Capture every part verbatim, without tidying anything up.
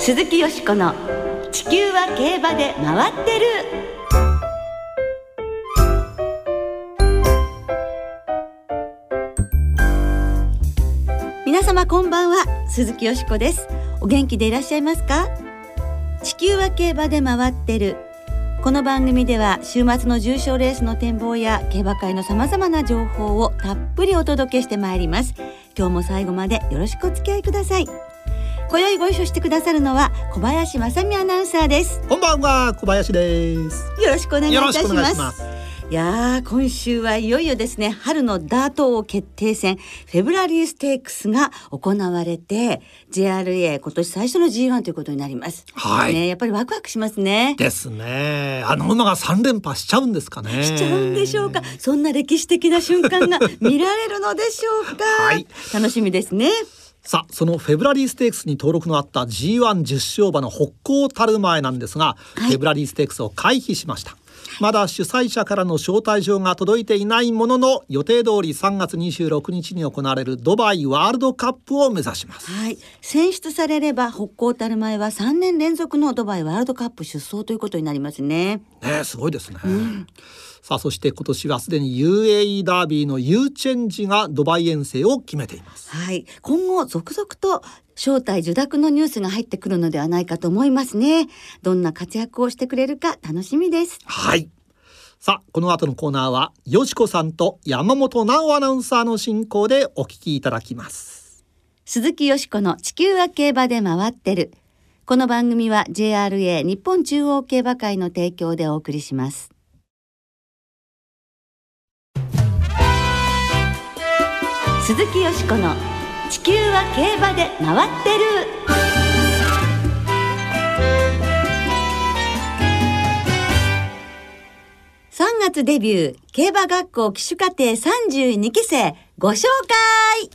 鈴木よしこの地球は競馬で回ってる。皆様こんばんは、鈴木よしこです。お元気でいらっしゃいますか？地球は競馬で回ってる。この番組では週末の重賞レースの展望や競馬界のさまざまな情報をたっぷりお届けしてまいります。今日も最後までよろしくお付き合いください。今宵ご一緒してくださるのは小林正美アナウンサーです。 こんばんは、小林です。 よろしくお願いいたします。 よろしくお願いします。 いやー、今週はいよいよですね、春のダート王決定戦フェブラリーステークスが行われて ジェイアールエー 今年最初の ジーワン ということになります。 はい、 ね、やっぱりワクワクしますね。 ですね。あの馬がさん連覇しちゃうんですかね。 しちゃうんでしょうか。そんな歴史的な瞬間が見られるのでしょうか。はい、楽しみですね。 さあ、そのフェブラリーステークスに登録のあった ジーワンじゅっ 勝馬の北高たる前なんですが、はい、フェブラリーステークスを回避しました。まだ主催者からの招待状が届いていないものの、予定通りさんがつにじゅうろくにちに行われるドバイワールドカップを目指します。 はい、選出されれば北高たる前はさんねん連続のドバイワールドカップ出走ということになりますね。 ね、すごいですね。うん、さあ、そして今年はすでに ユーエーイー ダービーの U チェンジがドバイ遠征を決めています。 はい、今後続々と招待受諾のニュースが入ってくるのではないかと思いますね。どんな活躍をしてくれるか楽しみです。 はい。さあ、この後のコーナーはよしこさんと山本直アナウンサーの進行でお聞きいただきます。 鈴木よしこの地球は競馬で回ってる。この番組は ジェイアールエー 日本中央競馬会の提供でお送りします。鈴木よしこの地球は競馬で回ってる。さんがつデビュー競馬学校騎手課程さんじゅうにきせいご紹介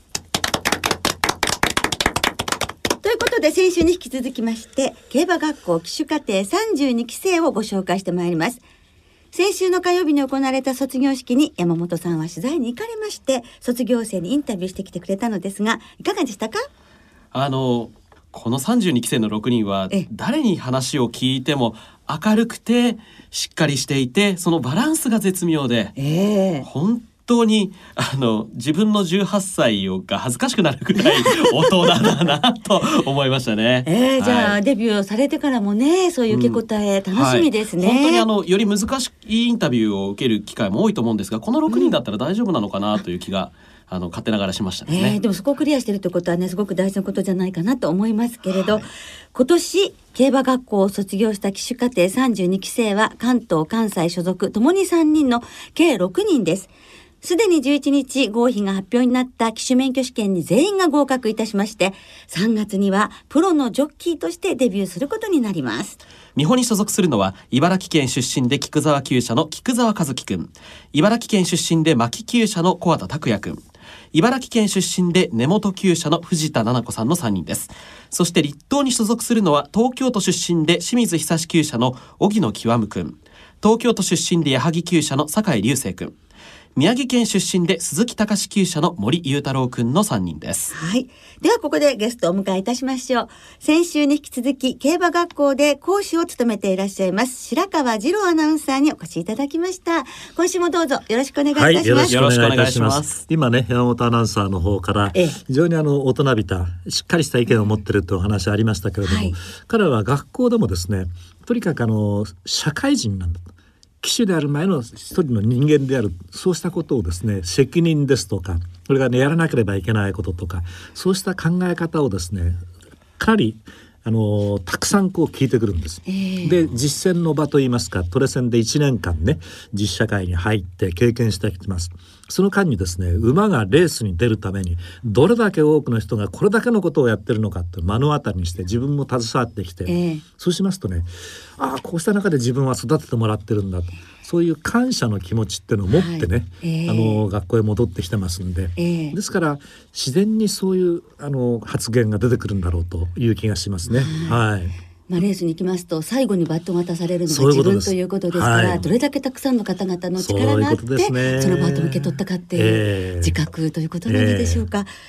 ということで、先週に引き続きまして競馬学校騎手課程さんじゅうにきせいをご紹介してまいります。先週の火曜日に行われた卒業式に山本さんは取材に行かれまして、卒業生にインタビューしてきてくれたのですが、いかがでしたか？ あのこのさんじゅうにきせいのろくにんは誰に話を聞いても明るくてしっかりしていて、そのバランスが絶妙で、えー、本当にあの自分のじゅうはっさいが恥ずかしくなるくらい大人だなと思いましたね。 えー、じゃあ、はい、デビューをされてからもね、そういう受け答え楽しみですね。うん、 はい、本当にあのより難しいインタビューを受ける機会も多いと思うんですが、このろくにんだったら大丈夫なのかなという気が、うん、あの勝手ながらしましたね。 えー、でもそこをクリアしてるってことはね、すごく大事なことじゃないかなと思いますけれど、はい、今年競馬学校を卒業した騎手課程さんじゅうにきせいは関東関西所属ともにさんにんの計ろくにんです。すでにじゅういちにち合否が発表になった騎手免許試験に全員が合格いたしまして、さんがつにはプロのジョッキーとしてデビューすることになります。 美穂に所属するのは茨城県出身で菊沢厩舎の菊沢和樹くん、茨城県出身で牧厩舎の小畑拓也くん、茨城県出身で根本厩舎の藤田七子さんのさんにんです。そして立東に所属するのは東京都出身で清水久厩舎の荻野極くん、東京都出身で矢作厩舎の酒井隆成くん、宮城県出身で鈴木隆厩舎の森裕太郎くんのさんにんです。 はい、ではここでゲストをお迎えいたしましょう。先週に引き続き競馬学校で講師を務めていらっしゃいます白川次郎アナウンサーにお越しいただきました。今週もどうぞよろしくお願いいたします。はい、 よろしくお願いします。今ね、山本アナウンサーの方から非常にあの大人びたしっかりした意見を持っているというお話ありましたけれども、はい、彼は学校でもですね、とにかくあの社会人なんだと、騎手である前の一人の人間である、そうしたことをですね、責任ですとか、それがね、やらなければいけないこととか、そうした考え方をですね、かなりあのたくさんこう聞いてくるんです。えー、で、実践の場といいますか、トレセンでいちねんかんね、実社会に入って経験してきます。その間にですね、馬がレースに出るためにどれだけ多くの人がこれだけのことをやってるのかって目の当たりにして自分も携わってきて、えー、そうしますとね、ああ、こうした中で自分は育ててもらってるんだと、そういう感謝の気持ちっていうのを持ってね、はい、えー、あの学校へ戻ってきてますんで、えー、ですから自然にそういうあの発言が出てくるんだろうという気がしますね。はい、はい、 まあ、レースに行きますと最後にバットが渡されるのが自分ということですから、はい、どれだけたくさんの方々の力があって そ, ういうことです、ね、そのバットを受け取ったかっていう自覚ということなのでしょうか。えー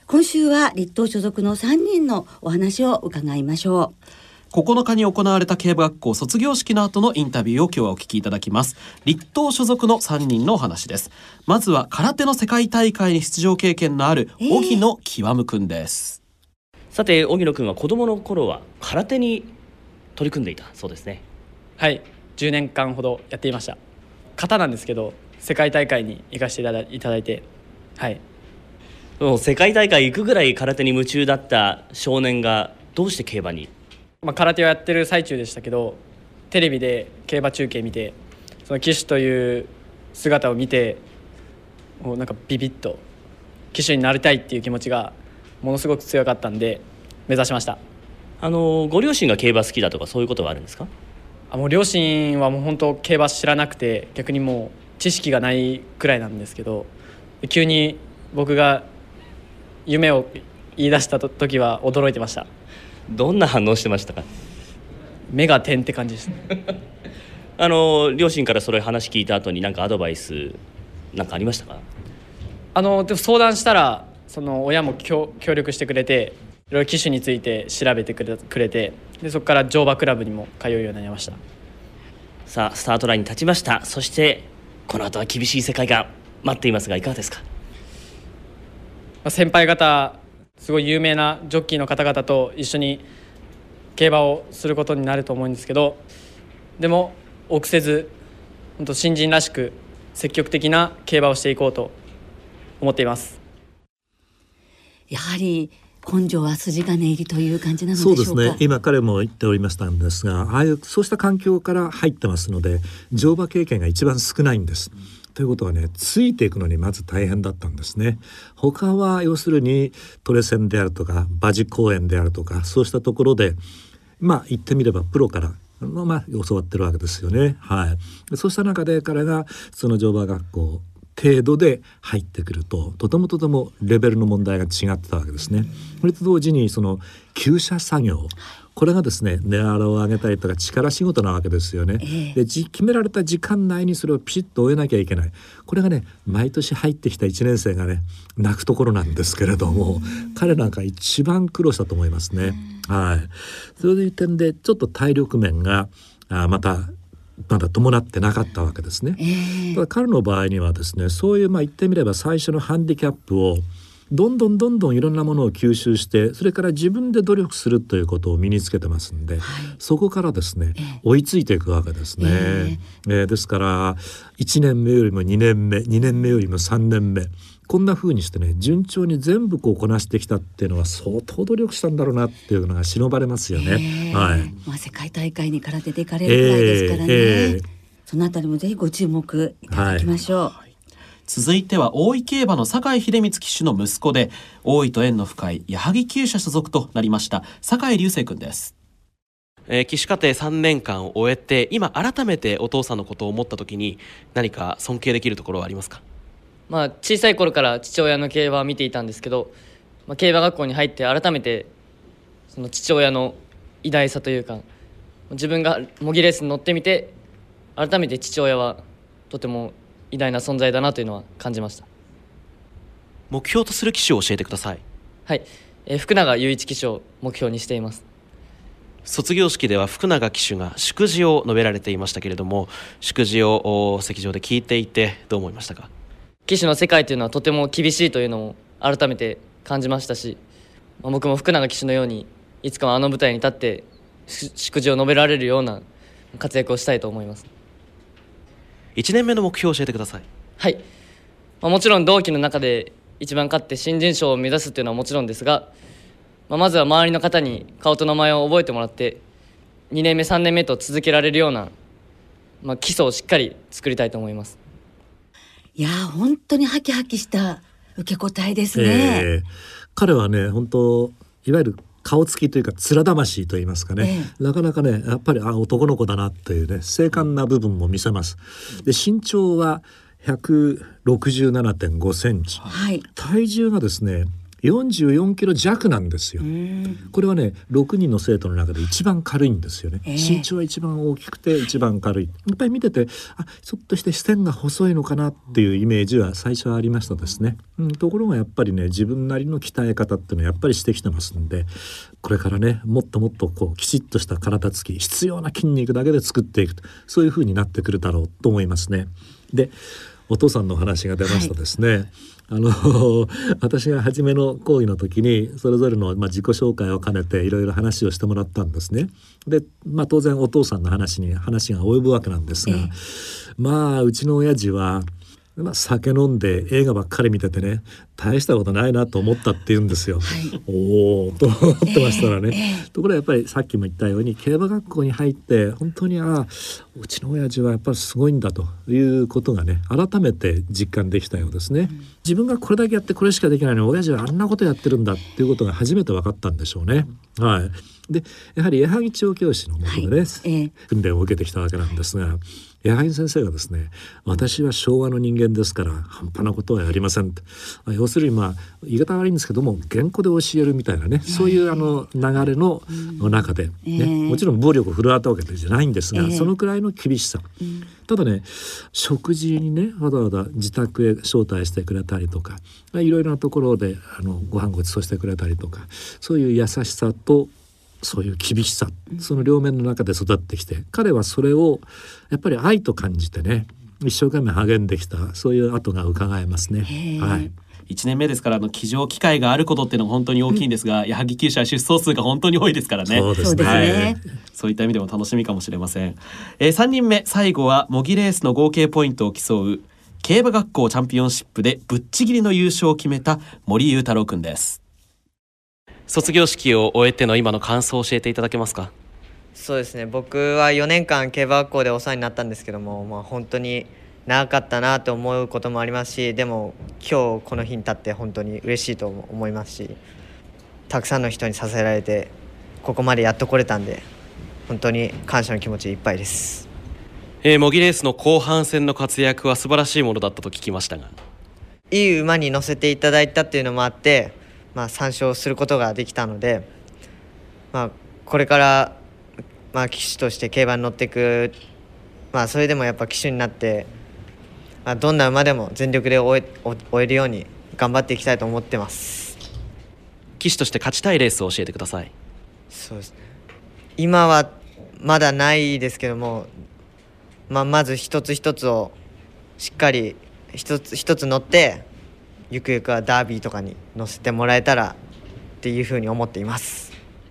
今週は立東所属のさんにんのお話を伺いましょう。 ここのかに行われた競馬学校卒業式の後のインタビューを今日はお聞きいただきます。立東所属のさんにんのお話です。まずは空手の世界大会に出場経験のある荻野極くんです、 えー、さて荻野くんは子供の頃は空手に取り組んでいたそうですね。 はい、じゅうねんかんほどやっていました。型なんですけど世界大会に行かせていただいただいて、はい、 もう世界大会行くぐらい空手に夢中だった少年がどうして競馬に？ まあ、空手をやってる最中でしたけど、テレビで競馬中継見て、その騎手という姿を見て、もうなんかビビッと騎手になりたいっていう気持ちがものすごく強かったんで目指しました。 あのご両親が競馬好きだとかそういうことはあるんですか？ あもう両親はもう本当競馬知らなくて、逆にもう知識がないくらいなんですけど、急に僕が夢を言い出した時は驚いてました。 どんな反応してましたか？ 目が点って感じですあの両親からそれ話聞いた後に何かアドバイスなんかありましたか？ あのでも相談したらその親も協力してくれて、いろいろ騎手について調べてくれ、くれてでそこから乗馬クラブにも通うようになりました。 さあスタートラインに立ちました。そしてこの後は厳しい世界が待っていますがいかがですか？ 先輩方すごい有名なジョッキーの方々と一緒に競馬をすることになると思うんですけど、でも臆せず本当新人らしく積極的な競馬をしていこうと思っています。 やはり根性は筋金入りという感じなのでしょうか？ そうですね、今彼も言っておりましたんですが、ああいうそうした環境から入ってますので乗馬経験が一番少ないんです。ということはね、ついていくのにまず大変だったんですね。他は要するにトレセンであるとか馬事公園であるとかそうしたところでまあ言ってみればプロからまあ教わってるわけですよね。はい。そうした中で彼がその乗馬学校程度で入ってくるととてもとてもレベルの問題が違ってたわけですね。それと同時にその厩舎作業、これがですね根荒を上げたりとか力仕事なわけですよね、えー、でじ決められた時間内にそれをピシッと終えなきゃいけない。これがね毎年入ってきたいちねん生がね泣くところなんですけれども、彼なんか一番苦労したと思いますね。はい。そういう点でちょっと体力面があまたまだ伴ってなかったわけですね、えー、ただ彼の場合にはですねそういうまあ言ってみれば最初のハンディキャップをどんどんどんどんいろんなものを吸収してそれから自分で努力するということを身につけてますんで、はい、そこからですね、えー、追いついていくわけですね、えーえー、ですからいちねんめよりもにねんめにねんめよりもさんねんめこんな風にしてね順調に全部こうこなしてきたっていうのは相当努力したんだろうなっていうのが忍ばれますよね、 えーはいまあ、世界大会に空手で行かれるくらいですからね、えーえー、そのあたりもぜひご注目いただきましょう、はい。 続いては大井競馬の酒井秀光騎手の息子で大井と縁の深い矢作厩舎所属となりました酒井隆成君です。 えー、騎手課程さんねんかんを終えて今改めてお父さんのことを思った時に何か尊敬できるところはありますか？ まあ、小さい頃から父親の競馬を見ていたんですけど、まあ、競馬学校に入って改めてその父親の偉大さというか自分が模擬レースに乗ってみて改めて父親はとても偉大な存在だなというのは感じました。 目標とする騎手を教えてください。 はい、えー、福永雄一騎手を目標にしています。 卒業式では福永騎手が祝辞を述べられていましたけれども、祝辞を席上で聞いていてどう思いましたか？ 騎手の世界というのはとても厳しいというのを改めて感じましたし、まあ、僕も福永騎手のようにいつかはあの舞台に立って祝辞を述べられるような活躍をしたいと思います。 いちねんめの目標を教えてください。 はい、まあ、もちろん同期の中で一番勝って新人賞を目指すというのはもちろんですが、まあ、まずは周りの方に顔と名前を覚えてもらってにねんめさんねんめと続けられるような、まあ、基礎をしっかり作りたいと思います。 いや本当にハキハキした受け答えですね、 えー、彼はね本当いわゆる顔つきというか面魂といいますかね、えー、なかなかねやっぱりあ男の子だなっていうね精悍な部分も見せます。で身長はひゃくろくじゅうななてんごセンチ、はい、体重がですねよんじゅうよんキロ弱なんですよ。これはねろくにんの生徒の中で一番軽いんですよね、えー、身長は一番大きくて一番軽い。やっぱり見ててあちょっとして視線が細いのかなっていうイメージは最初はありましたですね、うん、ところがやっぱりね自分なりの鍛え方っていうのはやっぱりしてきてますんで、これからねもっともっとこうきちっとした体つき、必要な筋肉だけで作っていく、そういう風になってくるだろうと思いますね。でお父さんの話が出ましたですね、はい、あの私が初めの講義の時にそれぞれの、まあ、自己紹介を兼ねていろいろ話をしてもらったんですね。で、まあ、当然お父さんの話に話が及ぶわけなんですが、ええ、まあうちの親父はまあ、酒飲んで映画ばっかり見ててね大したことないなと思ったって言うんですよ、はい、おーと思ってましたらね、えーえー、ところがやっぱりさっきも言ったように競馬学校に入って本当にあうちの親父はやっぱりすごいんだということがね改めて実感できたようですね、うん、自分がこれだけやってこれしかできないのに親父はあんなことやってるんだっていうことが初めて分かったんでしょうね、うん、はい。でやはり矢作調教師のもとでね、はいえー、訓練を受けてきたわけなんですが、矢作先生がですね私は昭和の人間ですから半端なことはやりませんって、要するにまあ言い方悪いんですけども原稿で教えるみたいなね、そういうあの流れの中で、ねえー、もちろん暴力を振るわったわけじゃないんですが、えー、そのくらいの厳しさ、うん、ただね食事にねわざわざ自宅へ招待してくれたりとかいろいろなところであのご飯ごちそうしてくれたりとか、そういう優しさとそういう厳しさ、その両面の中で育ってきて、彼はそれをやっぱり愛と感じてね一生懸命励んできた、そういう跡が伺えますね。はい。 いちねんめですからあの騎乗機会があることっていうのが本当に大きいんですが、うん、矢作厩舎は出走数が本当に多いですからね。 そうですね、 はい、そういった意味でも楽しみかもしれません。えー、さんにんめ最後は模擬レースの合計ポイントを競う競馬学校チャンピオンシップでぶっちぎりの優勝を決めた森裕太郎くんです。 卒業式を終えての今の感想を教えていただけますか？ そうですね、僕はよねんかん競馬学校でお世話になったんですけども、まあ、本当に長かったなと思うこともありますし、でも今日この日に立って本当に嬉しいと思いますし、たくさんの人に支えられてここまでやっと来れたんで本当に感謝の気持ちいっぱいです。 えー、模擬レースの後半戦の活躍は素晴らしいものだったと聞きましたが、 いい馬に乗せていただいたっていうのもあって、まあ、参勝することができたので、まあ、これからまあ、騎手として競馬に乗っていく、まあ、それでもやっぱ騎手になって、まあ、どんな馬でも全力で終え、終えるように頑張っていきたいと思ってます。 騎手として勝ちたいレースを教えてください。 そうですね、今はまだないですけども、まあ、まず一つ一つをしっかり一つ一つ乗ってゆくゆくはダービーとかに乗せてもらえたらっていうふうに思っています。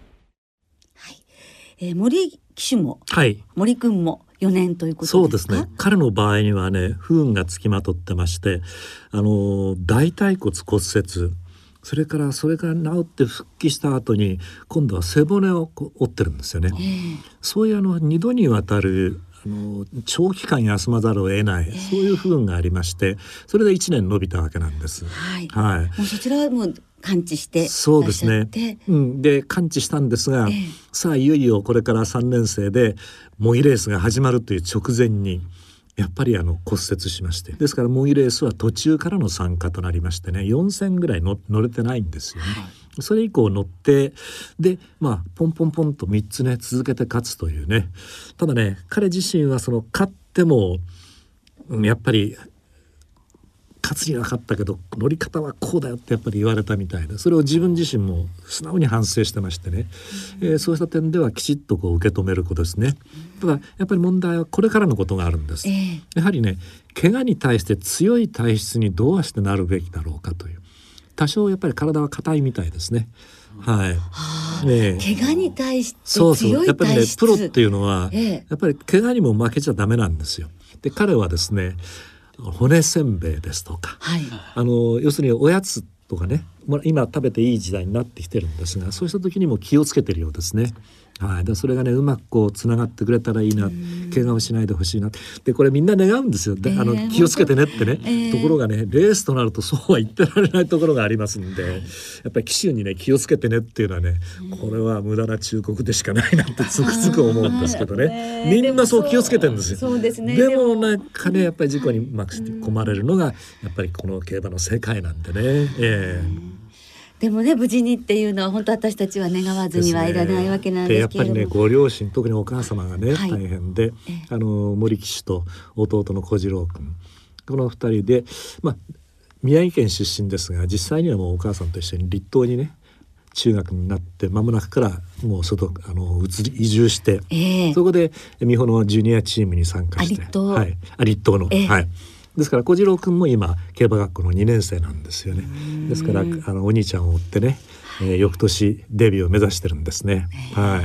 えー、森騎手も、 はい、 森くんもよねんということですか？ そうですね、彼の場合にはね不運がつきまとってまして、あの大腿骨骨折、それからそれが治って復帰した後に今度は背骨を折ってるんですよね。そういうあのにどにわたるあの長期間休まざるを得ない、そういう不運がありまして、それでいちねん延びたわけなんです。 はい、 はい、 もうそちらはもう完治していらっしゃって、 そうですね、うん、で完治したんですが、ええ、さあいよいよこれからさんねん生で模擬レースが始まるという直前にやっぱりあの骨折しまして、ですから模擬レースは途中からの参加となりましてね、よん戦ぐらいの乗れてないんですよね。はい、それ以降乗ってでまあポンポンポンとみっつね続けて勝つというね。ただね彼自身はその勝っても、うん、やっぱり勝つには勝ったけど乗り方はこうだよってやっぱり言われたみたいで、それを自分自身も素直に反省してましてね、うん、えー、そうした点ではきちっとこう受け止めることですね。ただやっぱり問題はこれからのことがあるんです。えー、やはりね怪我に対して強い体質にどうしてなるべきだろうかという、多少やっぱり体は硬いみたいですね。はい。はあ、ね、怪我に対して強い体質、そうそう、 やっぱりねプロっていうのは、えー、やっぱり怪我にも負けちゃダメなんですよ。で彼はですね骨せんべいですとか、はい、あの要するにおやつとかね、今食べていい時代になってきてるんですが、そうした時にも気をつけてるようですね。はい、でそれがねうまくこうつながってくれたらいいな、怪我をしないでほしいな。でこれみんな願うんですよ。で、えー、あの気をつけてねってね、えー、ところがねレースとなるとそうは言ってられないところがありますんで、やっぱり騎手にね気をつけてねっていうのはね、これは無駄な忠告でしかないなってつくづく思うんですけどね、みんなそう気をつけてるんですよ。 そうですね、 でもなんかねやっぱり事故に巻き込まれるのがやっぱりこの競馬の世界なんでね。えーでもね無事にっていうのは本当私たちは願わずにはいらないわけなんですけれども、 でやっぱりねご両親特にお母様がね、 はい、 大変で、あの森騎手と弟の小次郎君このふたりで、まあ、宮城県出身ですが実際にはもうお母さんと一緒に立東にね中学になって間もなくからもう外あの移り移住して、えー、そこで美穂のジュニアチームに参加して立東、 はい、立東の、えー、はい、ですから小次郎君も今競馬学校のにねん生なんですよね。ですからあのお兄ちゃんを追ってね、えー、翌年デビューを目指してるんですね、えーはい、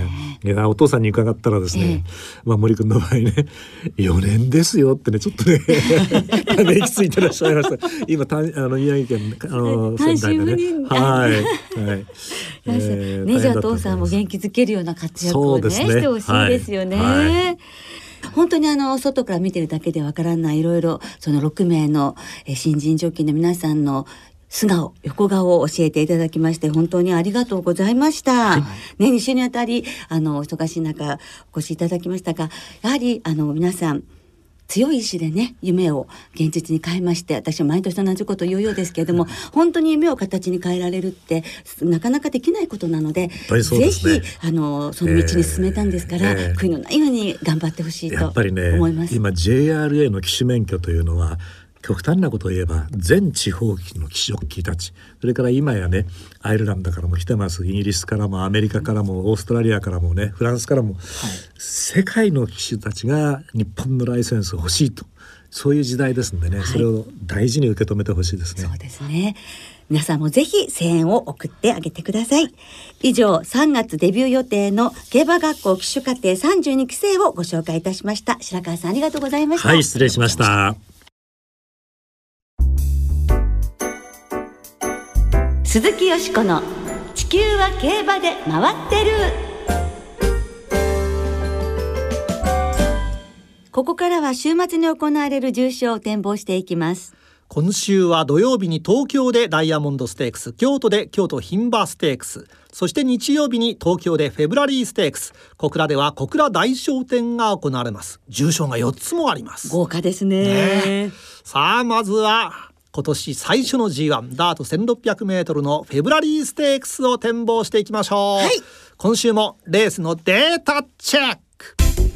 いやお父さんに伺ったらですね、えーまあ、森君の場合ねよねんですよってねちょっとねため息ついてらっしゃいました。今たあの宮城県あの仙台でねはい、はいえー、ねじゃあお父さんも元気づけるような活躍を ね, ねしてほしいですよね、はいはい、本当にあの外から見てるだけでわからないいろいろそのろくめいの新人ジョッキーの皆さんの素顔横顔を教えていただきまして本当にありがとうございました、はい、ね、に週にあたりあの忙しい中お越しいただきましたがやはりあの皆さん強い意志でね夢を現実に変えまして、私は毎年同じことを言うようですけれども、本当に夢を形に変えられるってなかなかできないことなの で, で、ね、ぜひあのその道に進めたんですから、えーえー、悔いのないように頑張ってほしいと思います。やっぱりね今 ジェイアールエー の騎手免許というのは極端なことを言えば全地方の騎手ジョッキーたち、それから今やねアイルランドからも来てます、イギリスからもアメリカからもオーストラリアからもねフランスからも、はい、世界の騎手たちが日本のライセンス欲しいと、そういう時代ですんでね、はい、それを大事に受け止めてほしいですね。 そうですね、皆さんもぜひ声援を送ってあげてください。以上さんがつデビュー予定の競馬学校騎手課程さんじゅうにきせいをご紹介いたしました。白川さんありがとうございました。 はい、失礼しました。 鈴木よしこの地球は競馬で回ってる。ここからは週末に行われる重賞を展望していきます。 今週は土曜日に東京でダイヤモンドステークス、京都で京都牝馬ステークス、そして日曜日に東京でフェブラリーステークス、小倉では小倉大賞典が行われます。重賞がよっつもあります。 豪華ですね。 ね、さあまずは今年最初の ジーワン ダートせんろっぴゃくメートルのフェブラリーステークスを展望していきましょう、はい、今週もレースのデータチェック。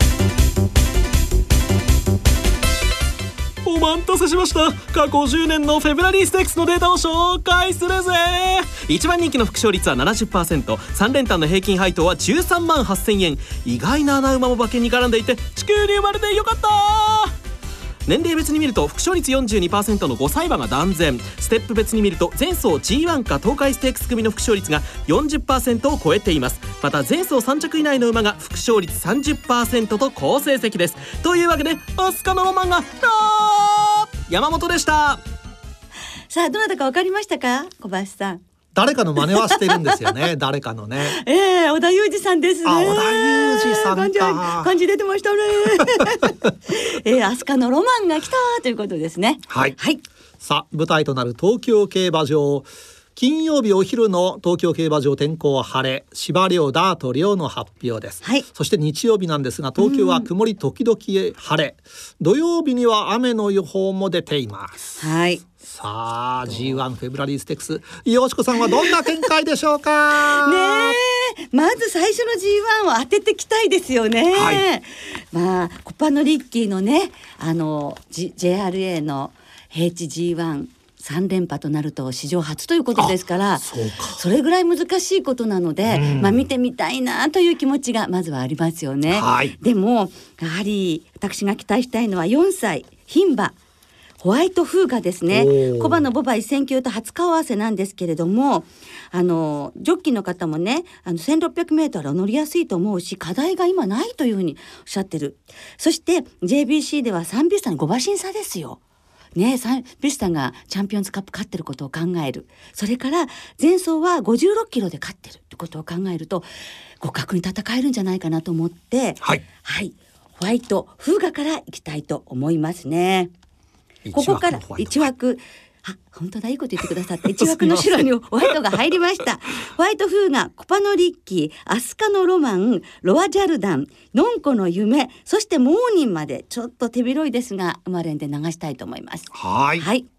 お待たせしました。過去じゅうねんのフェブラリーステークスのデータを紹介するぜ。いちばん人気の副勝率は ななじゅっパーセント、 さん連単の平均配当はじゅうさんまんはっせんえん、意外な穴馬も馬券に絡んでいて地球に生まれてよかった。年齢別に見ると副勝率 よんじゅうにパーセント のごさい馬が断然、ステップ別に見ると前走 ジーワン か東海ステークス組の副勝率が よんじゅっパーセント を超えています。また前走さん着以内の馬が副勝率 さんじゅっパーセント と好成績です。というわけでアスカのロマンが山本でした。 さあどなたか分かりましたか、小林さん。 誰かの真似はしてるんですよね誰かのね、 えー、織田裕二さんですね。 あ、織田裕二さんか、 感じ出てましたねえー、アスカのロマンが来たということですね。 はい、はい、さあ舞台となる東京競馬場、金曜日お昼の東京競馬場天候晴れ、芝涼ダート涼の発表です、はい、そして日曜日なんですが東京は曇り時々晴れ、土曜日には雨の予報も出ています。 はい、 さあ ジーワン フェブラリーステークス、よしこさんはどんな展開でしょうかねえ、まず最初の ジーワン を当ててきたいですよね、はい、まあコパノリッキーのねあの、G、ジェイアールエー の エイチジーワンさん連覇となると史上初ということですから、 そ, それぐらい難しいことなので、うん、まあ、見てみたいなという気持ちがまずはありますよね、はい、でもやはり私が期待したいのはよんさい牝馬ホワイトフーガですね。小馬のボバいっせん級と初顔合わせなんですけれども、あのジョッキーの方もねあのせんろっぴゃくメートルは乗りやすいと思うし課題が今ないというふうにおっしゃってる。そして ジェイビーシー ではサンビスタにご馬身差ですよね、サンビスタがチャンピオンズカップ勝ってることを考える、それから前走はごじゅうろっキロで勝ってるってことを考えると互角に戦えるんじゃないかなと思って、はい、はい、ホワイトフーガからいきたいと思いますね。ここからいち枠、あ、本当だ、いいこと言ってくださっていち枠の後ろにホワイトが入りましたホワイトフーガ、コパノリッキー、アスカのロマン、ロアジャルダン、ノンコの夢、そしてモーニンまでちょっと手広いですが生まれんで流したいと思います。 はい、はい、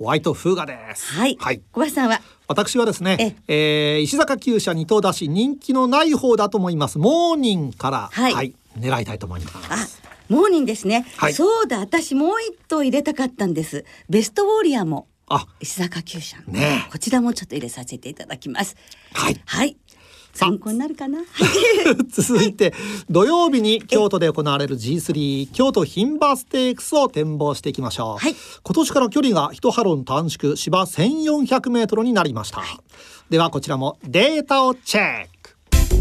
ホワイトフーガです。 はい、はい、小橋さんは。 私はですね、ええー、石坂厩舎に頭出し人気のない方だと思いますモーニンから、はいはい、狙いたいと思います。 あ、モーニンですね、はい、そうだ、私もう一頭入れたかったんです。ベストウォーリアーも石坂厩舎、ね、こちらもちょっと入れさせていただきます。はい、はい、参考になるかな。 続いて土曜日に京都で行われる ジースリー 京都牝馬ステークスを展望していきましょう。はい、今年から距離が一ハロン短縮、芝せんよんひゃくメートルになりました。はい、ではこちらもデータをチェック。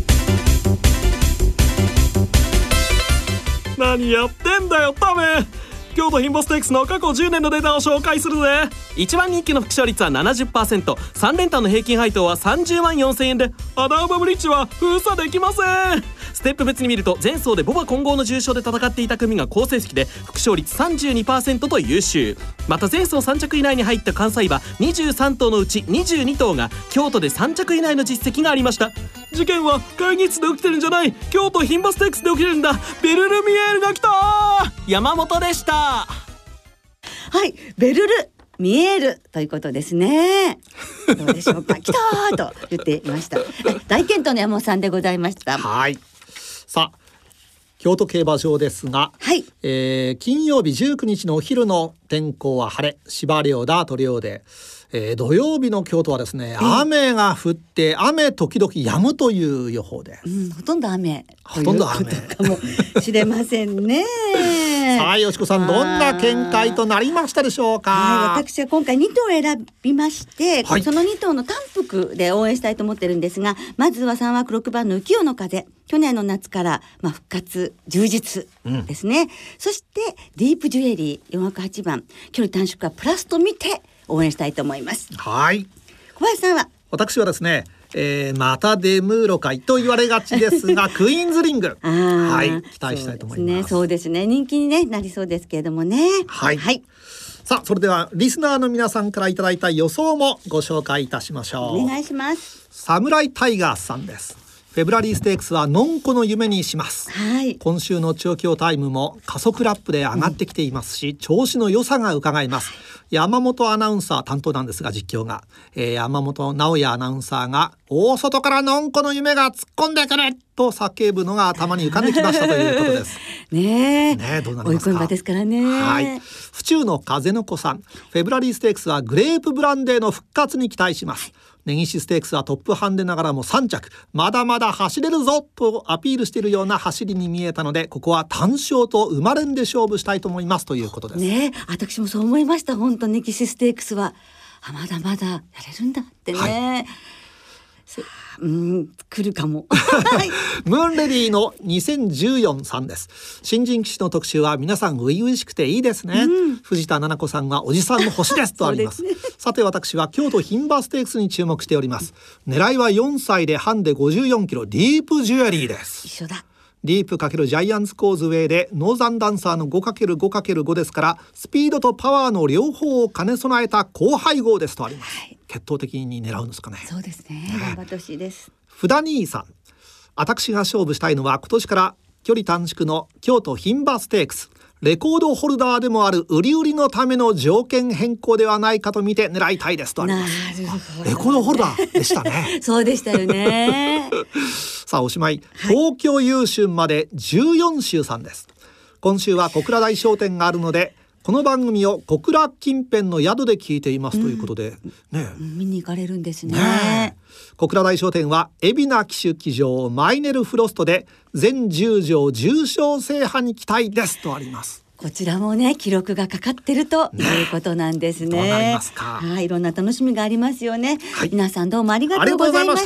何やってんだよタメ。京都牝馬ステークスの過去じゅうねんのデータを紹介するぜ。 いちばん人気の副賞率は ななじゅっパーセント、 さん連単の平均配当はさんじゅうまんよんせんえんで、 アダウマブリッジは封鎖できません。 ステップ別に見ると前走でボバ混合の重賞で戦っていた組が好成績で副賞率 さんじゅうにパーセント と優秀。また前走さん着以内に入った関西馬にじゅうさん頭のうちにじゅうに頭が京都でさん着以内の実績がありました。 事件は会議室で起きてるんじゃない、京都牝馬ステークスで起きてるんだ。ベルルミエールが来た。 山本でした。 はい、ベルルミエールということですね。どうでしょうか。来たーと言っていました。大健闘の山本さんでございました。 はい、さあ京都競馬場ですが、はい、えー、金曜日じゅうくにちのお昼の天候は晴れ、芝涼ダート涼で、えー、土曜日の京都はですね、 雨が降って雨時々止むという予報です。 うん、ほとんど雨ほとんど雨かもしれませんね。 さあよしこさん、どんな見解となりましたでしょうか。 はい、私は今回に頭選びまして、はい、そのに頭の単服で応援したいと思ってるんですが、まずはさん枠ろくばんの浮世の風、去年の夏から、まあ、復活充実ですね、うん、そしてディープジュエリーよん枠はちばん、距離短縮はプラスと見て応援したいと思います。 はい、 小林さんは。 私はですね、えー、またデムーロ会と言われがちですがクイーンズリング、はい、期待したいと思います。 そうですね、人気に、ね、なりそうですけれどもね。 はい、はい、さあそれではリスナーの皆さんからいただいた予想もご紹介いたしましょう。 お願いします。 サムライタイガースさんです。フェブラリーステークスはのんこの夢にします、 はい、 今週の調教タイムも加速ラップで上がってきていますし、うん、調子の良さが伺えます。山本アナウンサー担当なんですが、実況が、えー、山本直也アナウンサーが大外からのんこの夢が突っ込んでくると叫ぶのが頭に浮かんできましたということです。 ねえ、 ねえ、どうなりますか。 追い込み場ですからね。 はい、府中の風の子さん、フェブラリーステークスはグレープブランデーの復活に期待します。根岸ステークスはトップハンデながらもさん着、まだまだ走れるぞとアピールしているような走りに見えたので、ここは単勝と生まれんで勝負したいと思いますということですね。私もそう思いました。本当根岸ステークスはあまだまだやれるんだってね、はい、うん、来るかも。 ムーンレディのにせんじゅうよんさんです。新人騎手の特集は皆さん初々しくていいですね、うん、藤田七子さんはおじさんの星ですとあります。ね、さて私は京都牝馬ステークスに注目しております。狙いはよんさいでハンデごじゅうよんキロ、ディープジュエリーです。 一緒だ。 ディープ×ジャイアンツコーズウェイでノーザンダンサーの ごかけるごかけるご ですから、スピードとパワーの両方を兼ね備えた高配合ですとあります、はい、決闘的に狙うんですかね。 そうですね、頑張ってほしいです。 フダ兄さん、私が勝負したいのは今年から距離短縮の京都牝馬ステークス、レコードホルダーでもある売り売りのための条件変更ではないかと見て狙いたいですとあります。 なるほど、 レコードホルダーでしたね。 そうでしたよね。 さあおしまい、東京優秀までじゅうよん週さんです。今週は小倉大商店があるので、この番組を小倉近辺の宿で聞いていますということで、うん、ね、 見に行かれるんですね。 ね、小倉大商店は海老名騎手騎乗マイネルフロストで全じゅう場重賞制覇に期待ですとあります。 こちらもね、記録がかかってるということなんですね。 どうなりますか。 はい、いろんな楽しみがありますよね、はい、皆さんどうもありがとうございました。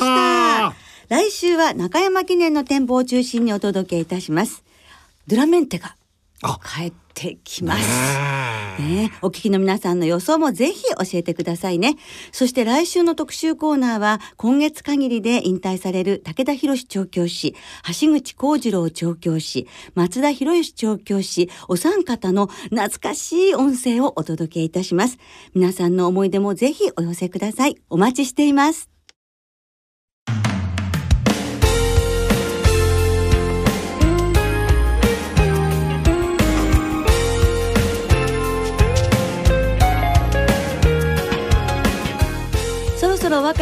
来週は中山記念の展望を中心にお届けいたします。ドゥラメンテが帰ってきます、ね、お聞きの皆さんの予想もぜひ教えてくださいね。そして来週の特集コーナーは、今月限りで引退される武田博調教師、橋口幸次郎調教師、松田博義調教師、お三方の懐かしい音声をお届けいたします。皆さんの思い出もぜひお寄せください。お待ちしています。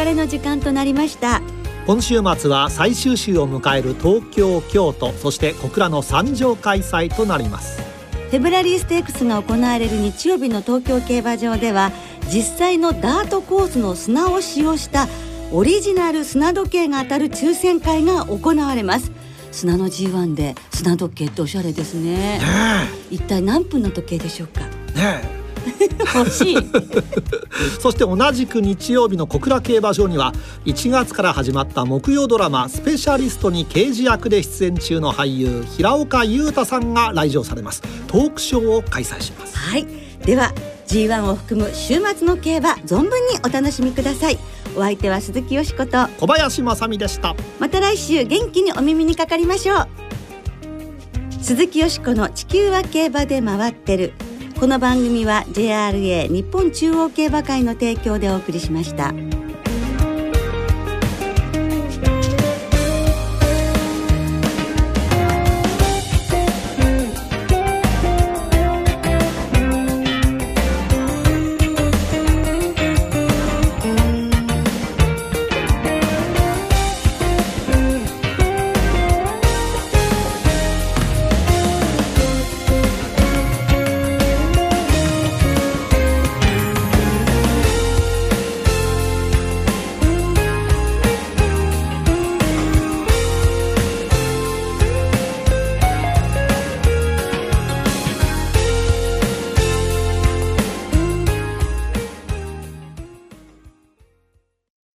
別れの時間となりました。 今週末は最終週を迎える東京、京都、そして小倉のさん場開催となります。 フェブラリーステークスが行われる日曜日の東京競馬場では、実際のダートコースの砂を使用したオリジナル砂時計が当たる抽選会が行われます。砂の ジーワン で砂時計っておしゃれですね。ね一体何分の時計でしょうかね欲しいそして同じく日曜日の小倉競馬場にはいちがつから始まった木曜ドラマスペシャリストに刑事役で出演中の俳優平岡裕太さんが来場されます。トークショーを開催します。 はい、では ジーワン を含む週末の競馬存分にお楽しみください。お相手は鈴木よしこと小林正美でした。 また来週元気にお耳にかかりましょう。鈴木よしこの地球は競馬で回ってる。この番組は ジェイアールエー 日本中央競馬会の提供でお送りしました。